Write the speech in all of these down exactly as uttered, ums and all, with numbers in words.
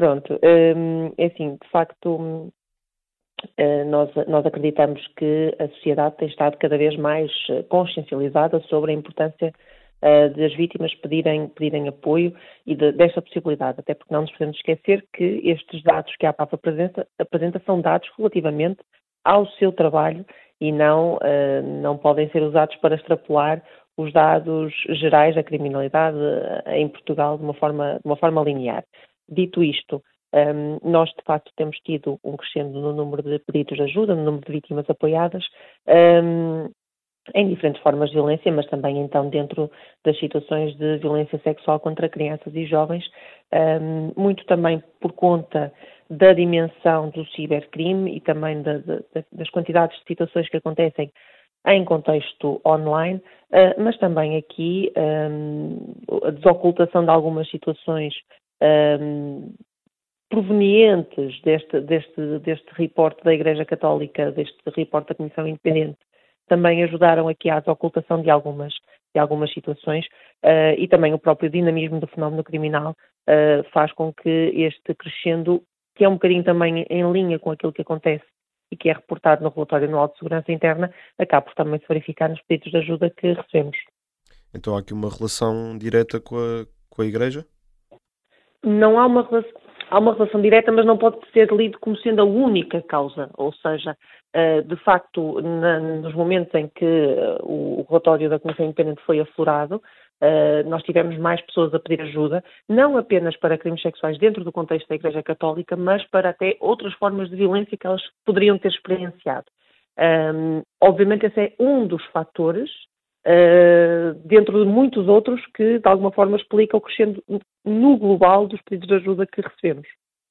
Pronto, hum, é assim, de facto, hum, eh, nós, nós acreditamos que a sociedade tem estado cada vez mais eh, consciencializada sobre a importância eh, das vítimas pedirem, pedirem apoio e de- desta possibilidade, até porque não nos podemos esquecer que estes dados que a APAV apresenta, apresenta são dados relativamente ao seu trabalho e não, eh, não podem ser usados para extrapolar os dados gerais da criminalidade eh, em Portugal de uma forma, de uma forma linear. Dito isto, um, nós, de facto, temos tido um crescendo no número de pedidos de ajuda, no número de vítimas apoiadas, um, em diferentes formas de violência, mas também, então, dentro das situações de violência sexual contra crianças e jovens, um, muito também por conta da dimensão do cibercrime e também da, da, das quantidades de situações que acontecem em contexto online, uh, mas também aqui um, a desocultação de algumas situações um, provenientes deste, deste, deste reporte da Igreja Católica, deste reporte da Comissão Independente, também ajudaram aqui à desocultação de algumas, de algumas situações uh, e também o próprio dinamismo do fenómeno criminal uh, faz com que este crescendo, que é um bocadinho também em linha com aquilo que acontece e que é reportado no relatório anual de segurança interna, acabe por também se verificar nos pedidos de ajuda que recebemos. Então há aqui uma relação direta com a, com a Igreja? Não há uma relação, há uma relação direta, mas não pode ser lido como sendo a única causa. Ou seja, de facto, na, nos momentos em que o relatório da Comissão Independente foi aflorado, nós tivemos mais pessoas a pedir ajuda, não apenas para crimes sexuais dentro do contexto da Igreja Católica, mas para até outras formas de violência que elas poderiam ter experienciado. Um, obviamente esse é um dos fatores, uh, dentro de muitos outros, que de alguma forma explica o crescendo no global dos pedidos de ajuda que recebemos.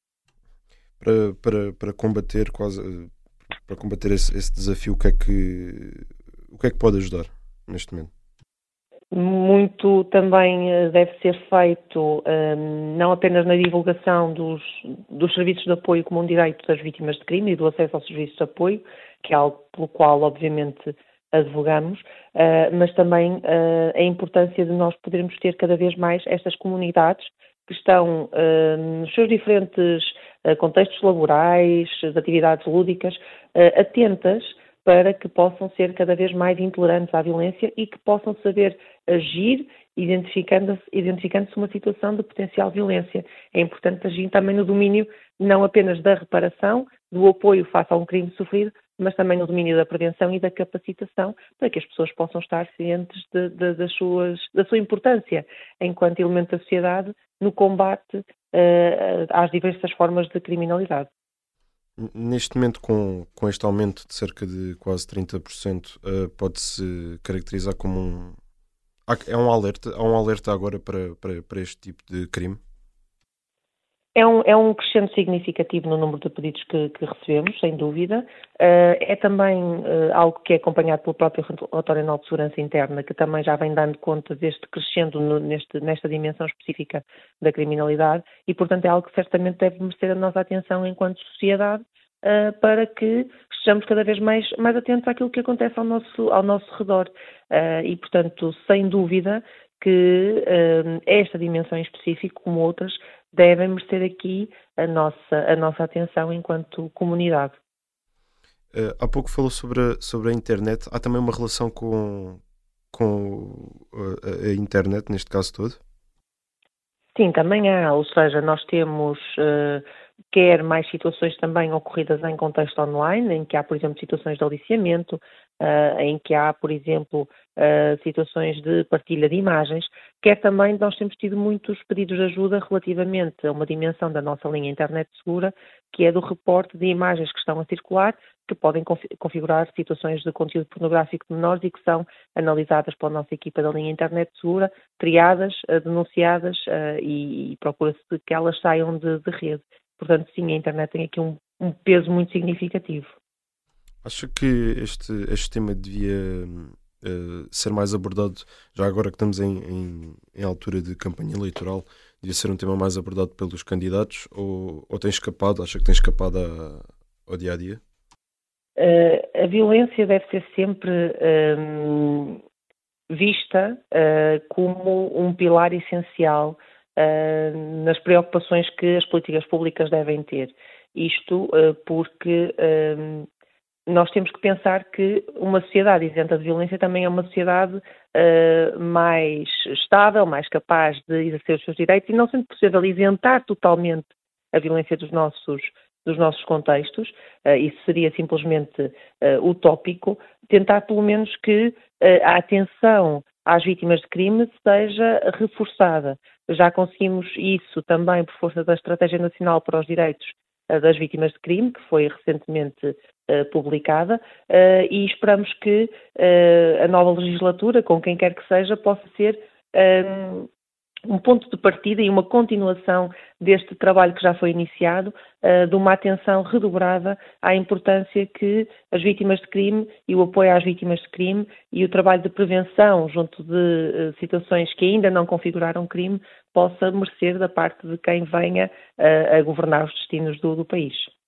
Para, para, para combater quase para combater esse, esse desafio, o que é que o que é que pode ajudar neste momento? Muito também deve ser feito um, não apenas na divulgação dos, dos serviços de apoio como um direito das vítimas de crime e do acesso aos serviços de apoio, que é algo pelo qual, obviamente, advogamos, uh, mas também uh, a importância de nós podermos ter cada vez mais estas comunidades que estão uh, nos seus diferentes uh, contextos laborais, de atividades lúdicas, uh, atentas para que possam ser cada vez mais intolerantes à violência e que possam saber agir identificando-se, identificando-se uma situação de potencial violência. É importante agir também no domínio não apenas da reparação, do apoio face a um crime sofrido, mas também no domínio da prevenção e da capacitação para que as pessoas possam estar cientes de, de, das suas, da sua importância enquanto elemento da sociedade no combate uh, às diversas formas de criminalidade. Neste momento, com, com este aumento de cerca de quase trinta por cento, uh, pode-se caracterizar como um... É um alerta, há um alerta agora para, para, para este tipo de crime? É um, é um crescente significativo no número de pedidos que, que recebemos, sem dúvida. Uh, é também uh, algo que é acompanhado pelo próprio Relatório Anual de Segurança Interna, que também já vem dando conta deste crescendo no, neste, nesta dimensão específica da criminalidade e, portanto, é algo que certamente deve merecer a nossa atenção enquanto sociedade uh, para que estejamos cada vez mais, mais atentos àquilo que acontece ao nosso, ao nosso redor. Uh, e, portanto, sem dúvida que uh, esta dimensão em específico, como outras, devem merecer aqui a nossa, a nossa atenção enquanto comunidade. Uh, há pouco falou sobre a, sobre a internet. Há também uma relação com, com a, a internet, neste caso todo? Sim, também há. Ou seja, nós temos uh, quer mais situações também ocorridas em contexto online, em que há, por exemplo, situações de aliciamento, uh, em que há, por exemplo, uh, situações de partilha de imagens, quer também nós temos tido muitos pedidos de ajuda relativamente a uma dimensão da nossa linha Internet Segura, que é do reporte de imagens que estão a circular, que podem configurar situações de conteúdo pornográfico de menores e que são analisadas pela nossa equipa da linha Internet Segura, triadas, uh, denunciadas uh, e, e procura-se que elas saiam de, de rede. Portanto, sim, a internet tem aqui um, um peso muito significativo. Acho que este, este tema devia uh, ser mais abordado, já agora que estamos em, em, em altura de campanha eleitoral, devia ser um tema mais abordado pelos candidatos ou, ou tem escapado, acha que tem escapado a, ao dia-a-dia? Uh, a violência deve ser sempre um, vista uh, como um pilar essencial uh, nas preocupações que as políticas públicas devem ter. Isto uh, porque uh, nós temos que pensar que uma sociedade isenta de violência também é uma sociedade uh, mais estável, mais capaz de exercer os seus direitos, e não sendo possível isentar totalmente a violência dos nossos, dos nossos contextos, uh, isso seria simplesmente uh, utópico, tentar pelo menos que uh, a atenção às vítimas de crime seja reforçada. Já conseguimos isso também por força da Estratégia Nacional para os Direitos uh, das Vítimas de Crime, que foi recentemente uh, publicada, uh, e esperamos que uh, a nova legislatura, com quem quer que seja, possa ser um, um ponto de partida e uma continuação deste trabalho que já foi iniciado, uh, de uma atenção redobrada à importância que as vítimas de crime e o apoio às vítimas de crime e o trabalho de prevenção junto de uh, situações que ainda não configuraram crime possa merecer da parte de quem venha uh, a governar os destinos do, do país.